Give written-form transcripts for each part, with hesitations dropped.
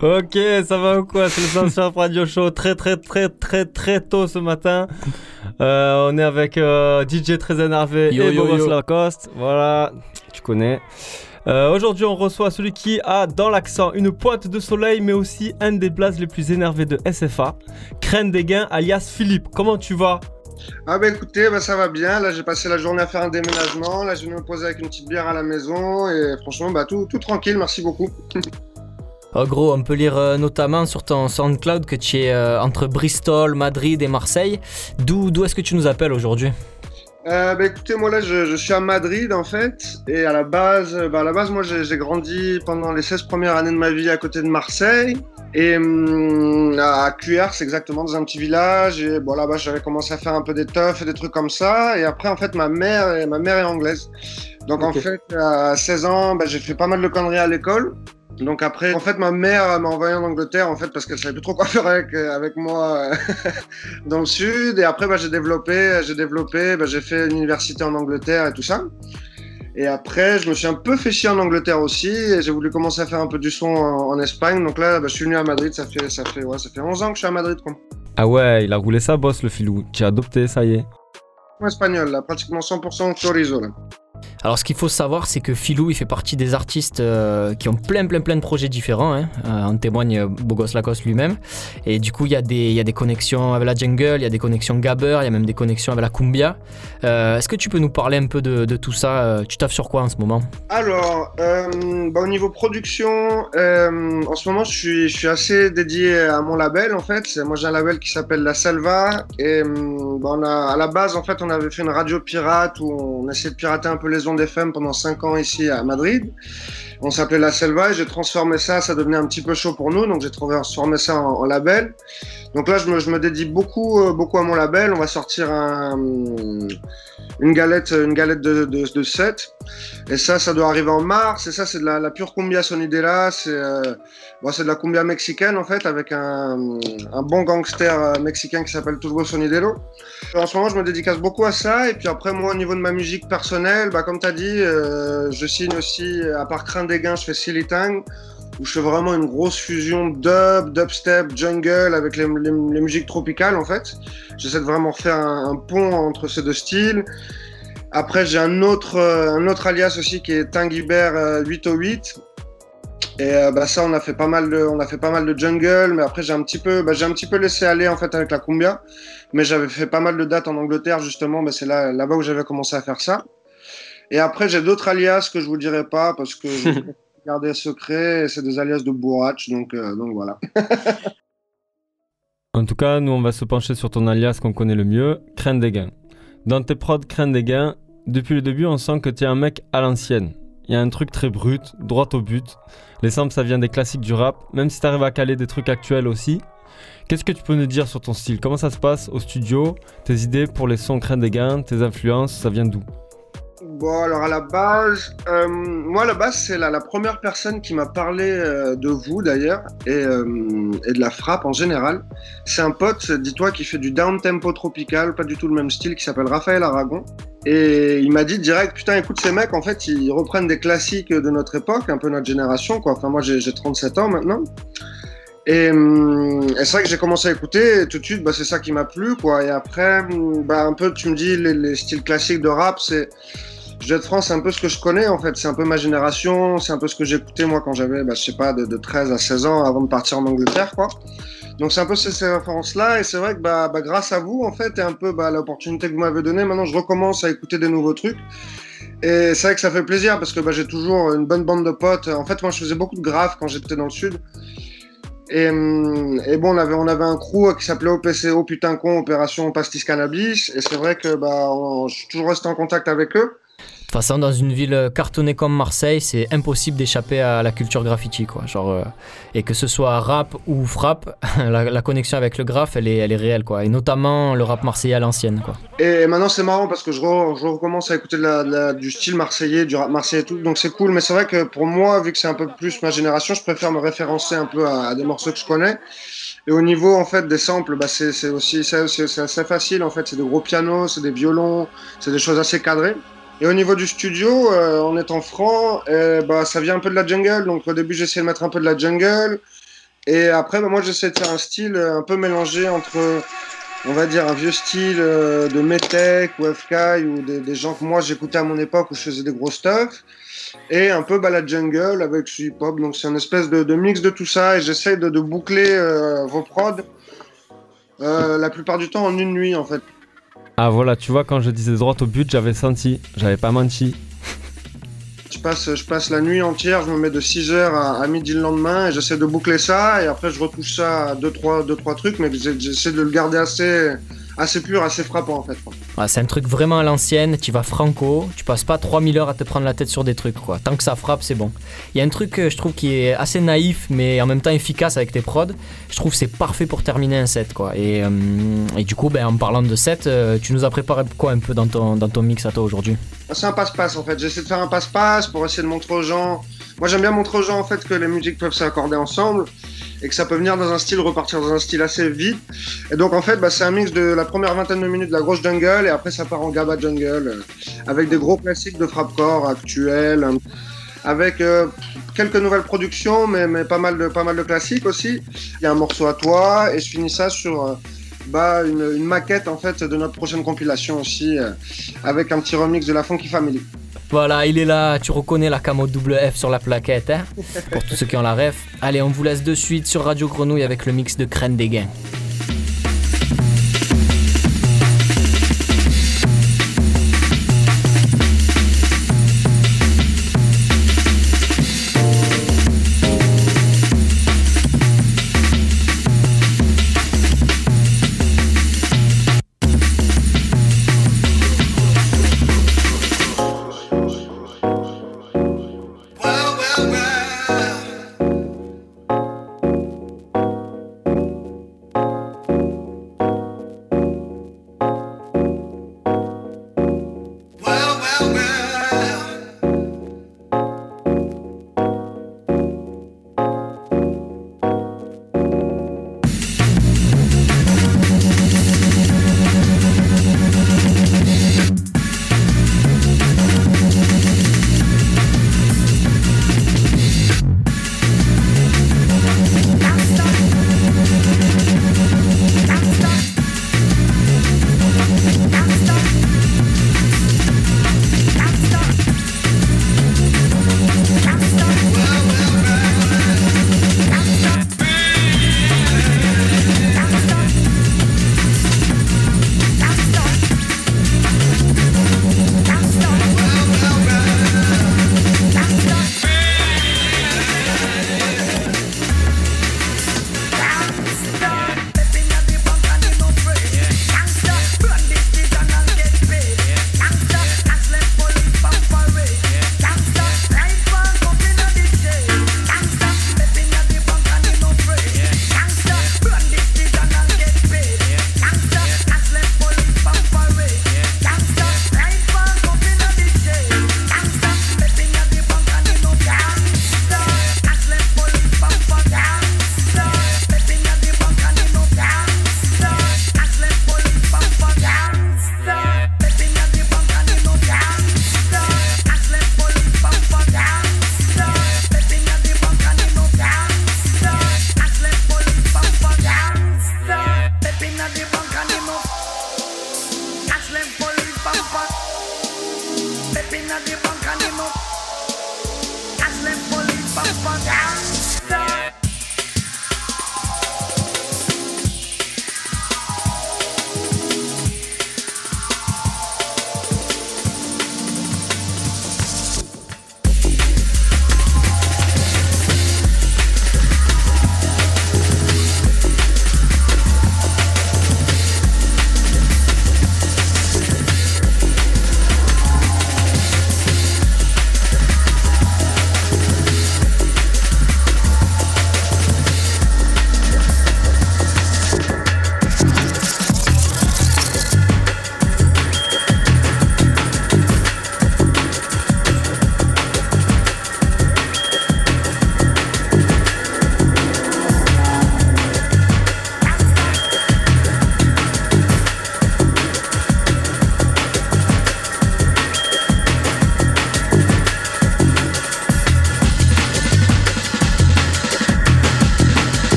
Ok, ça va ou quoi? C'est le Soundsurf Radio Show très tôt ce matin. On est avec DJ très énervé et Bogos Lacoste. Voilà, tu connais. Aujourd'hui, on reçoit celui qui a dans l'accent une pointe de soleil, mais aussi un des blazes les plus énervés de SFA, Crène des Gains, alias Philippe. Comment tu vas? Ah bah écoutez, ça va bien. Là, j'ai passé la journée à faire un déménagement. Là, je viens me poser avec une petite bière à la maison. Et franchement, tout tranquille. Merci beaucoup. Oh gros, on peut lire notamment sur ton SoundCloud que tu es entre Bristol, Madrid et Marseille. D'où est-ce que tu nous appelles aujourd'hui? Écoutez, moi là je suis à Madrid en fait, et à la base moi j'ai grandi pendant les 16 premières années de ma vie à côté de Marseille, et à Cuers exactement, dans un petit village, et bon là-bas j'avais commencé à faire un peu des teufs et des trucs comme ça, et après en fait ma mère est anglaise, donc okay. En fait à 16 ans j'ai fait pas mal de conneries à l'école. Donc après, en fait, ma mère m'a envoyé en Angleterre, en fait, parce qu'elle savait plus trop quoi faire avec moi dans le sud. Et après, j'ai développé, j'ai fait l'université en Angleterre et tout ça. Et après, je me suis un peu fait chier en Angleterre aussi, et j'ai voulu commencer à faire un peu du son en Espagne. Donc là, je suis venu à Madrid. Ça fait 11 ans que je suis à Madrid, quoi. Ah ouais, il a roulé sa bosse, le filou. Tu as adopté, ça y est. Espagnol, là, pratiquement 100% chorizo, là. Alors ce qu'il faut savoir, c'est que Philou il fait partie des artistes qui ont plein de projets différents, hein. En témoigne Bogos Lacoste lui-même, et du coup il y a des connexions avec la jungle, il y a des connexions gabber, il y a même des connexions avec la cumbia. Est-ce que tu peux nous parler un peu de tout ça? Tu taffes sur quoi en ce moment? Alors au niveau production, en ce moment je suis assez dédié à mon label en fait. Moi j'ai un label qui s'appelle La Selva, et à la base en fait on avait fait une radio pirate où on essayait de pirater un peu les ondes FM pendant 5 ans ici à Madrid. On s'appelait La Selva, et j'ai transformé ça devenait un petit peu chaud pour nous, donc j'ai transformé ça en label. Donc là je me dédie beaucoup à mon label. On va sortir une galette de 7, et ça doit arriver en mars, et ça c'est de la pure cumbia sonidera, c'est de la cumbia mexicaine en fait, avec un bon gangster mexicain qui s'appelle Turbo Sonidero. En ce moment je me dédicace beaucoup à ça, et puis après moi au niveau de ma musique personnelle, comme tu as dit, je signe aussi, à part Crène des Gains, je fais Silly Tang, où je fais vraiment une grosse fusion dubstep, jungle avec les musiques tropicales en fait. J'essaie de vraiment faire un pont entre ces deux styles. Après j'ai un autre alias aussi qui est Tanguibert 808. Et ça on a fait pas mal de jungle, mais après j'ai un petit peu laissé aller en fait avec la cumbia. Mais j'avais fait pas mal de dates en Angleterre justement, c'est là-bas où j'avais commencé à faire ça. Et après j'ai d'autres alias que je vous dirai pas parce que garder secret, c'est des alias de bourrach, donc voilà. En tout cas, nous on va se pencher sur ton alias qu'on connaît le mieux, Crène des Gains. Dans tes prods Crène des Gains, depuis le début on sent que tu es un mec à l'ancienne. Il y a un truc très brut, droit au but. Les samples ça vient des classiques du rap, même si t'arrives à caler des trucs actuels aussi. Qu'est-ce que tu peux nous dire sur ton style? Comment ça se passe au studio? Tes idées pour les sons Crène des Gains, tes influences, ça vient d'où? Bon, alors à la base, c'est la première personne qui m'a parlé de vous d'ailleurs, et de la frappe en général. C'est un pote, dis-toi, qui fait du down-tempo tropical, pas du tout le même style, qui s'appelle Raphaël Aragon. Et il m'a dit direct, putain, écoute, ces mecs, en fait, ils reprennent des classiques de notre époque, un peu notre génération, quoi. Enfin, moi, j'ai 37 ans maintenant. Et c'est vrai que j'ai commencé à écouter, et tout de suite, c'est ça qui m'a plu, quoi. Et après, un peu, tu me dis, les styles classiques de rap, Jeu de France, c'est un peu ce que je connais en fait, c'est un peu ma génération, c'est un peu ce que j'écoutais moi quand j'avais, je sais pas, de 13 à 16 ans avant de partir en Angleterre, quoi. Donc c'est un peu ces références-là, et c'est vrai que grâce à vous en fait, et un peu l'opportunité que vous m'avez donnée, maintenant je recommence à écouter des nouveaux trucs. Et c'est vrai que ça fait plaisir parce que j'ai toujours une bonne bande de potes. En fait, moi je faisais beaucoup de graphes quand j'étais dans le sud. Et bon, on avait un crew qui s'appelait OPCO, putain con, Opération Pastis Cannabis, et c'est vrai que je suis toujours resté en contact avec eux. De toute façon, dans une ville cartonnée comme Marseille, c'est impossible d'échapper à la culture graffiti, quoi. Et que ce soit rap ou frappe, la connexion avec le graphe, elle est réelle, quoi. Et notamment le rap marseillais à l'ancienne, quoi. Et maintenant, c'est marrant parce que je recommence à écouter du style marseillais, du rap marseillais et tout, donc c'est cool. Mais c'est vrai que pour moi, vu que c'est un peu plus ma génération, je préfère me référencer un peu à des morceaux que je connais. Et au niveau en fait des samples, c'est assez facile en fait. C'est des gros pianos, c'est des violons, c'est des choses assez cadrées. Et au niveau du studio, en étant franc, ça vient un peu de la jungle. Donc au début, j'ai essayé de mettre un peu de la jungle. Et après, bah, moi, j'essaie de faire un style un peu mélangé entre, on va dire, un vieux style de Metech ou FK ou des gens que moi j'écoutais à mon époque où je faisais des gros stuff, et un peu la jungle avec du hip-hop. Donc c'est une espèce de mix de tout ça et j'essaie de boucler vos prods la plupart du temps en une nuit en fait. Ah voilà, tu vois, quand je disais droit au but, j'avais senti, j'avais pas menti. Je passe la nuit entière, je me mets de 6h à midi le lendemain et j'essaie de boucler ça et après je retouche ça à deux, trois trucs, mais j'essaie de le garder assez pur, assez frappant en fait. Ouais, c'est un truc vraiment à l'ancienne, tu vas franco, tu passes pas 3000 heures à te prendre la tête sur des trucs quoi. Tant que ça frappe, c'est bon. Il y a un truc je trouve qui est assez naïf mais en même temps efficace avec tes prods. Je trouve que c'est parfait pour terminer un set quoi. Et du coup, en parlant de set, tu nous as préparé quoi un peu dans ton mix à toi aujourd'hui? C'est un passe-passe en fait. J'essaie de faire un passe-passe pour essayer de montrer aux gens. Moi j'aime bien montrer aux gens en fait que les musiques peuvent s'accorder ensemble et que ça peut venir dans un style, repartir dans un style assez vite. Et donc en fait c'est un mix de la première vingtaine de minutes de la grosse jungle et après ça part en gaba jungle avec des gros classiques de frapcore actuels, avec quelques nouvelles productions mais pas mal de classiques aussi. Il y a un morceau à toi et je finis ça sur une maquette en fait de notre prochaine compilation aussi avec un petit remix de la Funky Family. Voilà, il est là, tu reconnais la camo double F sur la plaquette, hein, pour tous ceux qui ont la ref. Allez, on vous laisse de suite sur Radio Grenouille avec le mix de Crène des Gains.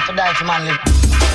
for die for man live.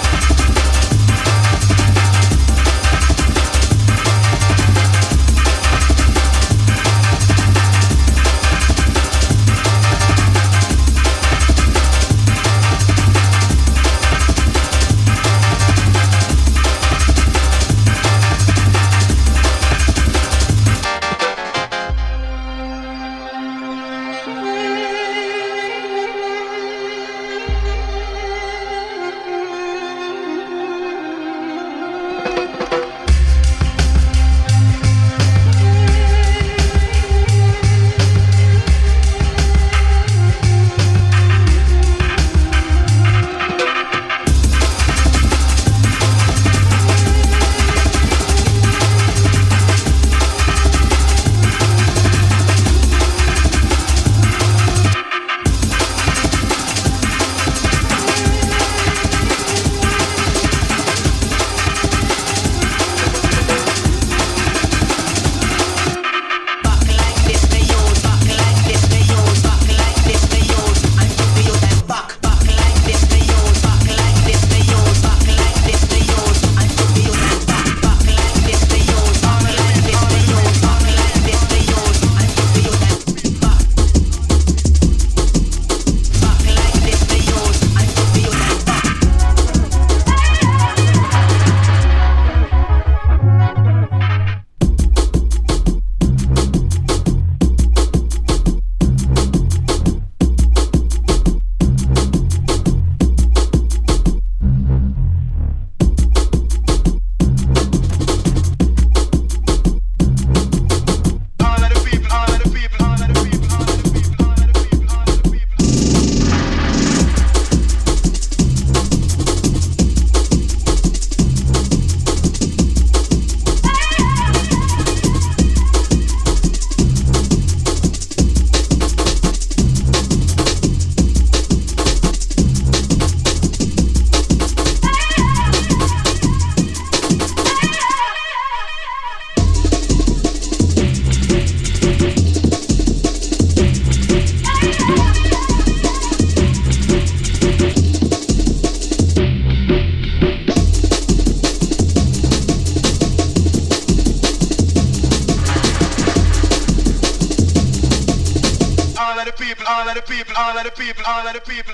all of the people.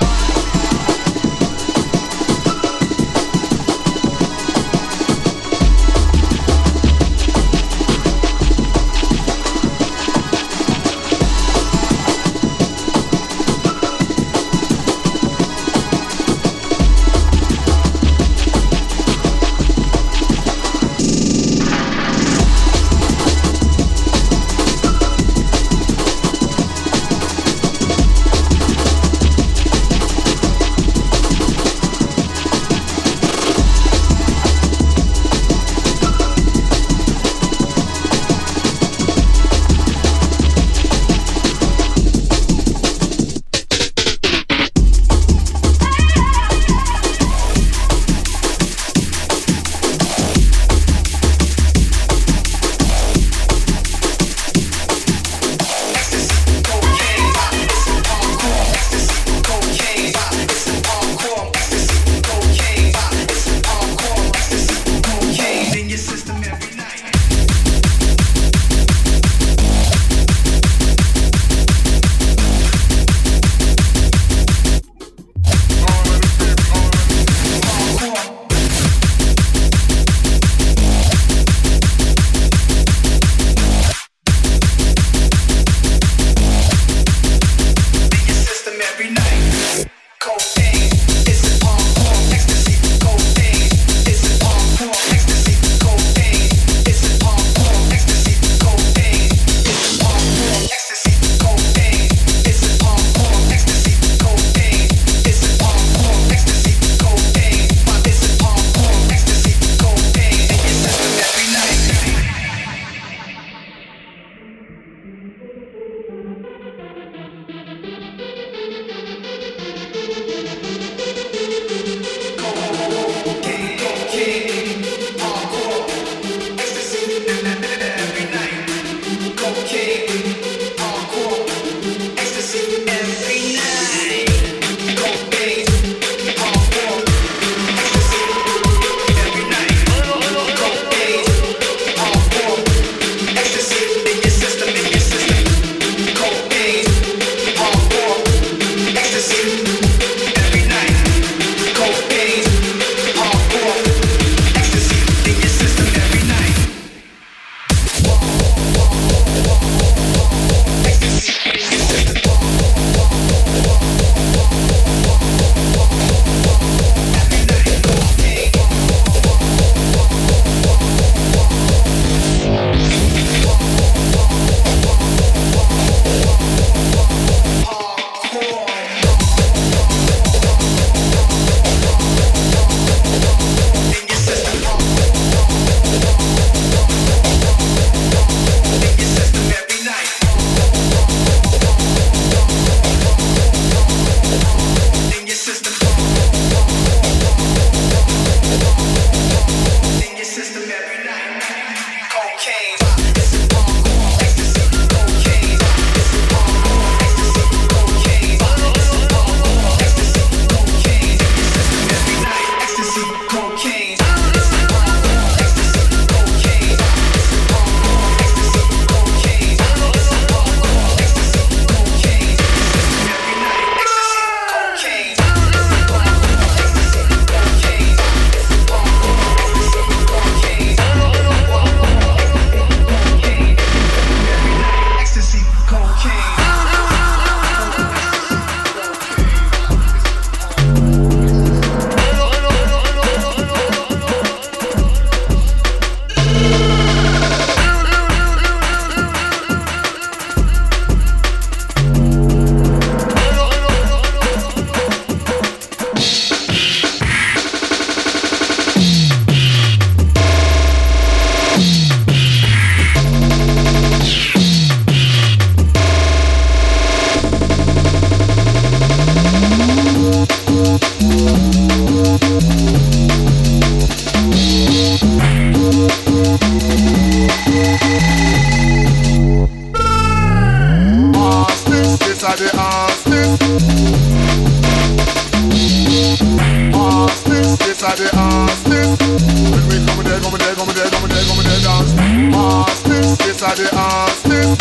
dance. Ask this, this are the ask this.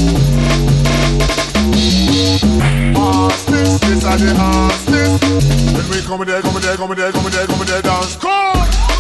Ask this, this are the ask this. When we come there, dance. Come!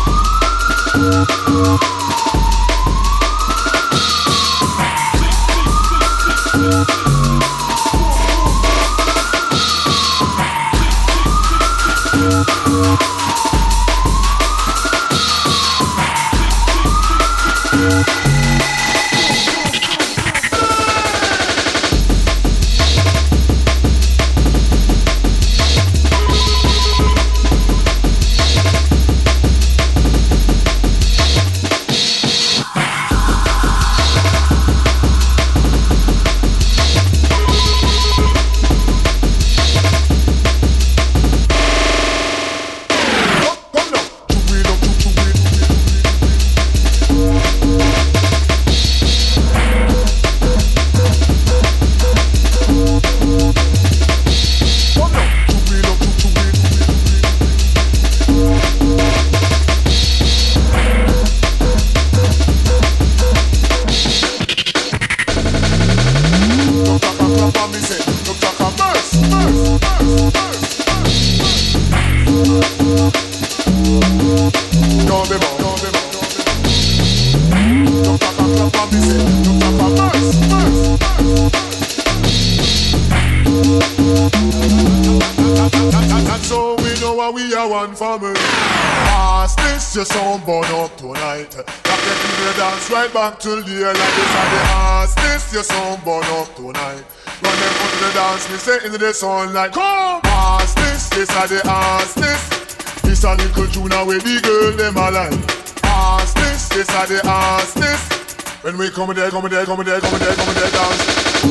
Your sound burn up tonight. Rock the people dance right back till the air like this. And the ass this, your sound burn up tonight. Run them out to the dance, me say into the sunlight. Come, ass this are the ass this. This a little tune where the girl them a like. Ass this are the ass this. When we come there, dance.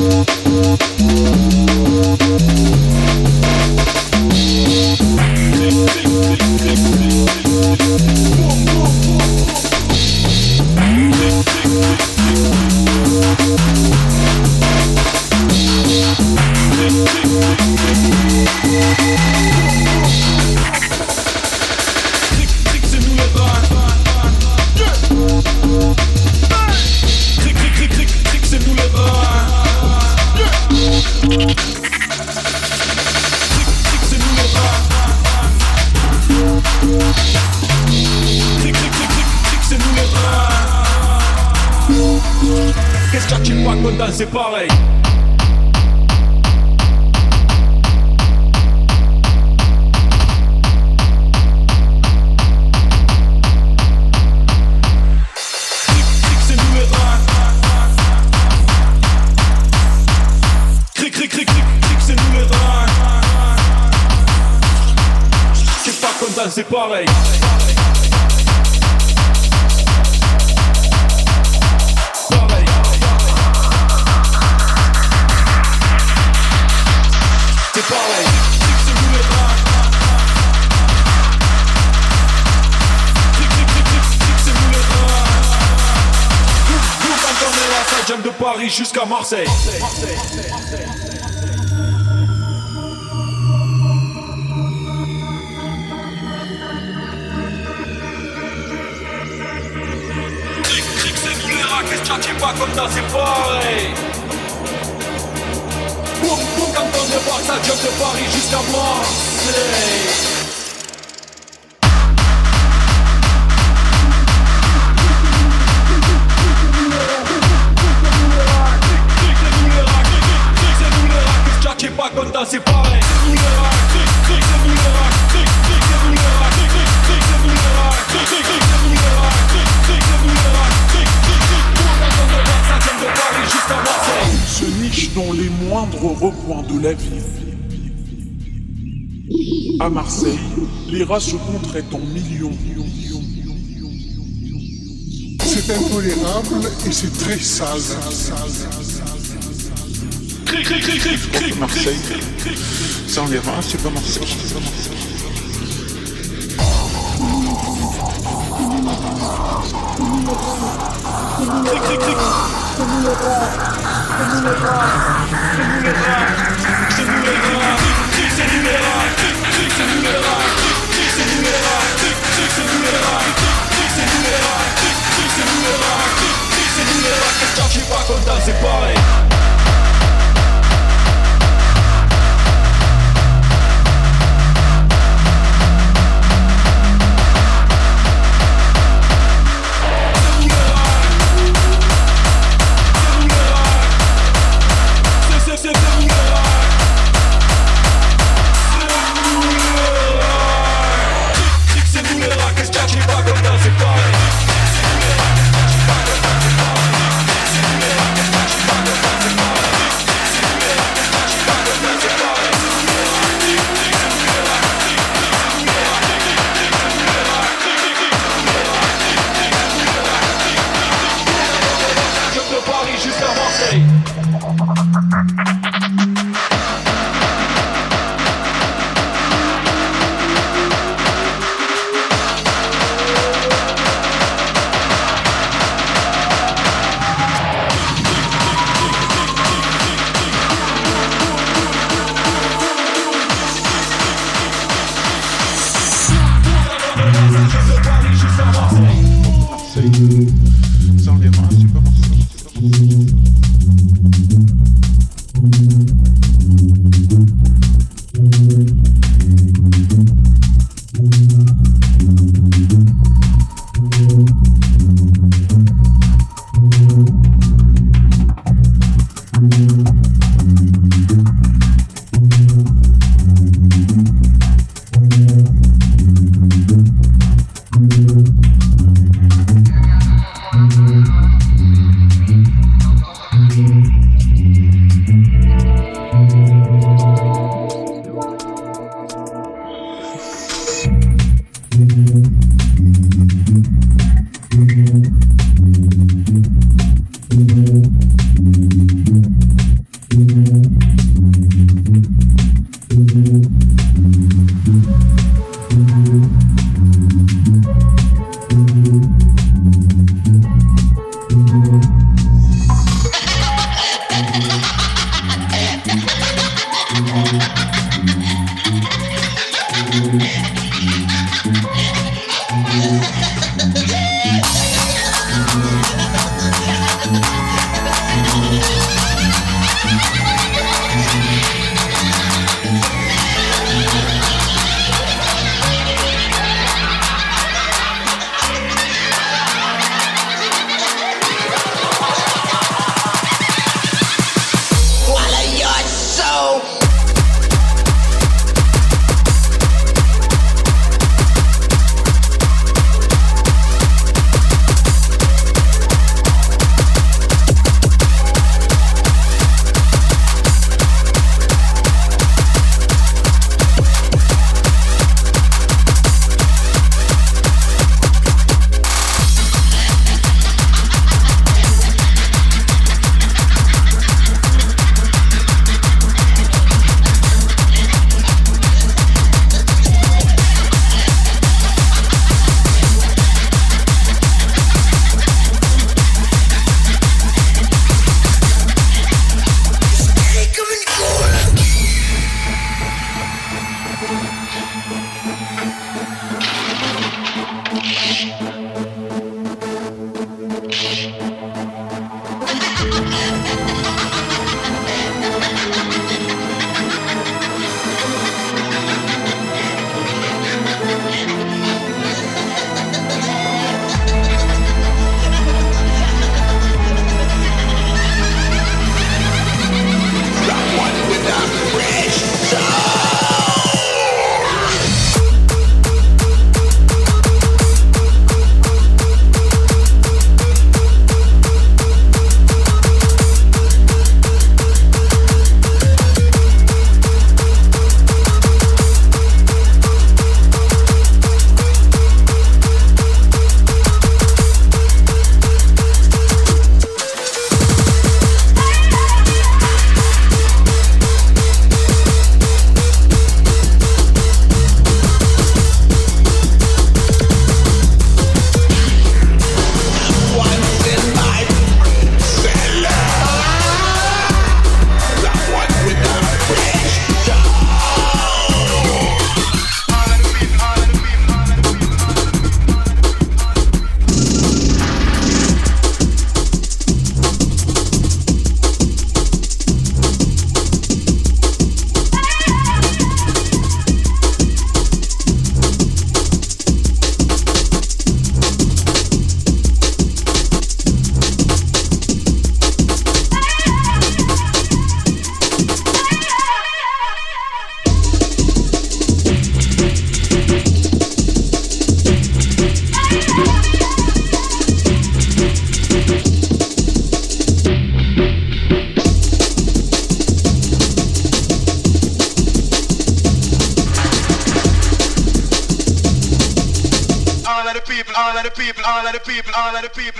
Trixez-nous les bras. Trixez-nous les bras. Trixez-nous les bras. Trixez-nous les bras. Qu'est-ce que tu crois qu'on danse pareil? Trixez-nous les bras. Trixez-nous les bras. Je sais pas qu'on danse pareil. C'est pareil, trixez-nous les bras. Trixez-nous les bras. Nous quand on est là, ça jam de Paris jusqu'à Marseille. Trixez-nous les rats, qu'est-ce que tu pas comme ça, c'est pareil. Boum, boum, quand on débarque, ça jump de Paris jusqu'à Marseille. Trixez-nous les rats, qu'est-ce que tu pas comme ça, c'est pareil. Trixez-nous les rats, trixez-nous les rats, trixez-nous les rats, trixez-nous les rats, trixez-nous les rats, trixez-nous les rats, boum, quand on débarque, ça jump de Paris jusqu'à Marseille. Se niche dans les moindres recoins de la ville. À Marseille, les rats se compteraient en millions. C'est intolérable et c'est très sale. Marseille, sans les rats, c'est pas Marseille. Trixez-nous les rats. of the people, all of the people.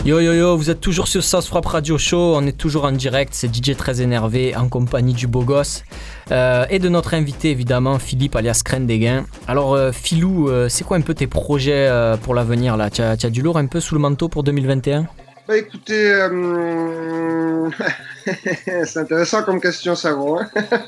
Yo yo yo, vous êtes toujours sur Sauce Frappe Radio Show, on est toujours en direct, c'est DJ Très Énervé en compagnie du beau gosse et de notre invité évidemment, Philippe alias Crène des Gains. Alors Philou, c'est quoi un peu tes projets pour l'avenir là? Tu as du lourd un peu sous le manteau pour 2021? Bah écoutez, c'est intéressant comme question ça gros.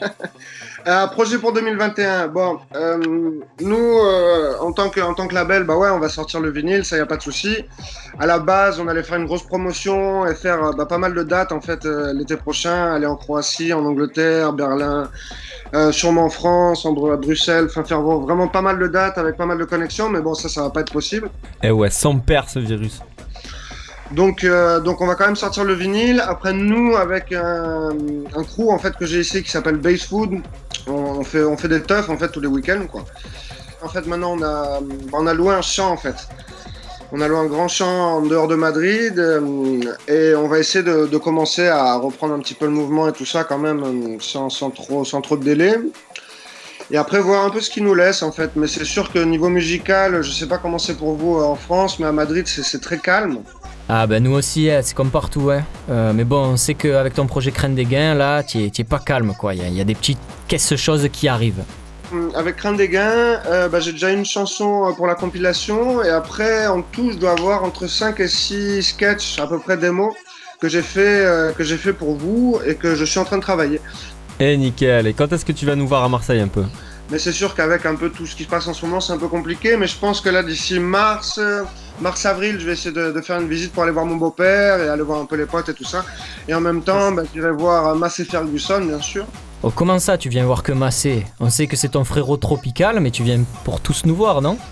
Projet pour 2021. Bon, nous en tant que label, bah ouais, on va sortir le vinyle, ça y a pas de souci. À la base, on allait faire une grosse promotion et faire pas mal de dates en fait l'été prochain, aller en Croatie, en Angleterre, Berlin, sûrement en France, à Bruxelles, enfin faire vraiment pas mal de dates avec pas mal de connexions, mais bon ça va pas être possible. Eh ouais, sans père ce virus. Donc on va quand même sortir le vinyle. Après nous avec un crew en fait que j'ai ici qui s'appelle Base Food, on fait des teufs en fait tous les week-ends quoi. En fait maintenant on a loué un champ en fait. On a loué un grand champ en dehors de Madrid et on va essayer de commencer à reprendre un petit peu le mouvement et tout ça quand même sans trop de délai. Et après voir un peu ce qui nous laisse en fait. Mais c'est sûr que niveau musical, je sais pas comment c'est pour vous en France, mais à Madrid c'est très calme. Ah ben nous aussi, c'est comme partout, ouais. Mais bon, on sait qu'avec ton projet Crène des Gains, là, tu es pas calme, quoi. Il y a des petites choses qui arrivent. Avec Crène des Gains, j'ai déjà une chanson pour la compilation. Et après, en tout, je dois avoir entre 5 et 6 sketchs, à peu près démos, que j'ai fait pour vous et que je suis en train de travailler. Eh nickel, et quand est-ce que tu vas nous voir à Marseille un peu? Mais c'est sûr qu'avec un peu tout ce qui se passe en ce moment, c'est un peu compliqué. Mais je pense que là, d'ici mars-avril, je vais essayer de faire une visite pour aller voir mon beau-père et aller voir un peu les potes et tout ça. Et en même temps, je vais voir Massey Ferguson, bien sûr. Oh, comment ça, tu viens voir que Massey? On sait que c'est ton frérot tropical, mais tu viens pour tous nous voir, non?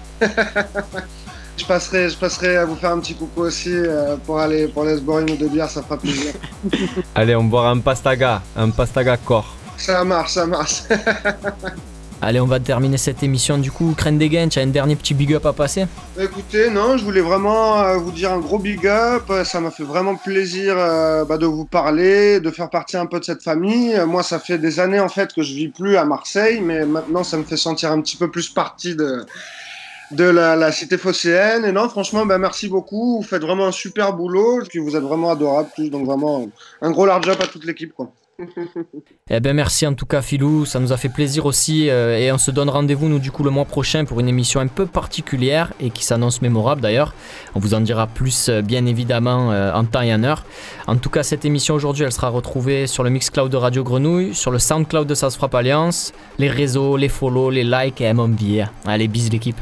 Je passerai à vous faire un petit coucou aussi pour aller se boire une ou deux bières, ça fera plaisir. Allez, on boira un pastaga corps. Ça marche. Allez, on va terminer cette émission du coup. Crène des Gains, tu as un dernier petit big up à passer? Écoutez, non, je voulais vraiment vous dire un gros big up. Ça m'a fait vraiment plaisir de vous parler, de faire partie un peu de cette famille. Moi, ça fait des années en fait que je vis plus à Marseille, mais maintenant, ça me fait sentir un petit peu plus partie de la cité phocéenne. Et non, franchement, merci beaucoup. Vous faites vraiment un super boulot. Puis vous êtes vraiment adorables tous. Donc vraiment, un gros large up à toute l'équipe, quoi. Eh ben merci en tout cas Philou, ça nous a fait plaisir aussi et on se donne rendez-vous nous du coup le mois prochain pour une émission un peu particulière et qui s'annonce mémorable d'ailleurs. On vous en dira plus bien évidemment en temps et en heure. En tout cas cette émission aujourd'hui elle sera retrouvée sur le Mixcloud de Radio Grenouille, sur le Soundcloud de Sauce Frappe Alliance, les réseaux, les follow, les likes et MMV. Allez bis l'équipe.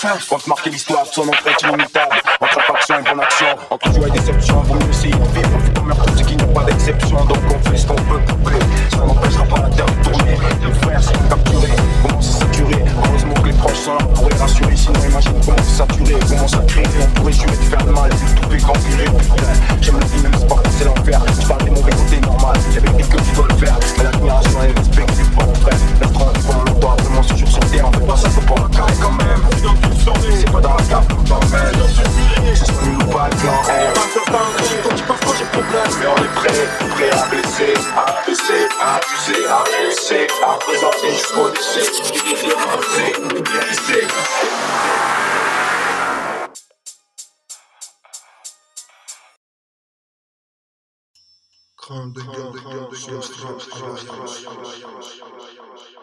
Compte marquer l'histoire de son entrée inimitable. Entre faction et bonne action, entre joie et déception, vaut mieux essayer de vivre. On fait comme meurtre, c'est qu'il n'y a pas d'exception. Donc on fait ce qu'on peut couper, ce qu'on n'empêchera pas la terre de tourner. Les frères sont capturés, commencent à saturer. Heureusement que les proches sont là pour les rassurer. Sinon imagine comment c'est saturé, comment ça crée. On pourrait jurer de faire le mal, tout est grand viré. J'aime le film, même c'est pas c'est l'enfer. Je parle des mauvais côtés normal, y'avait quelques qui doivent le faire. Mais l'admiration et le respect qui est pas frère. Laisse tranquille pendant longtemps, vraiment ce jour sur terre. On fait pas ça, faut pas la carré quand même. C'est pas dans la cave, on t'emmène. Ce soit nul ou pas, le plan R. Mais on est prêt à blesser, à abuser, à présenter jusqu'au décès. Crâne de gars,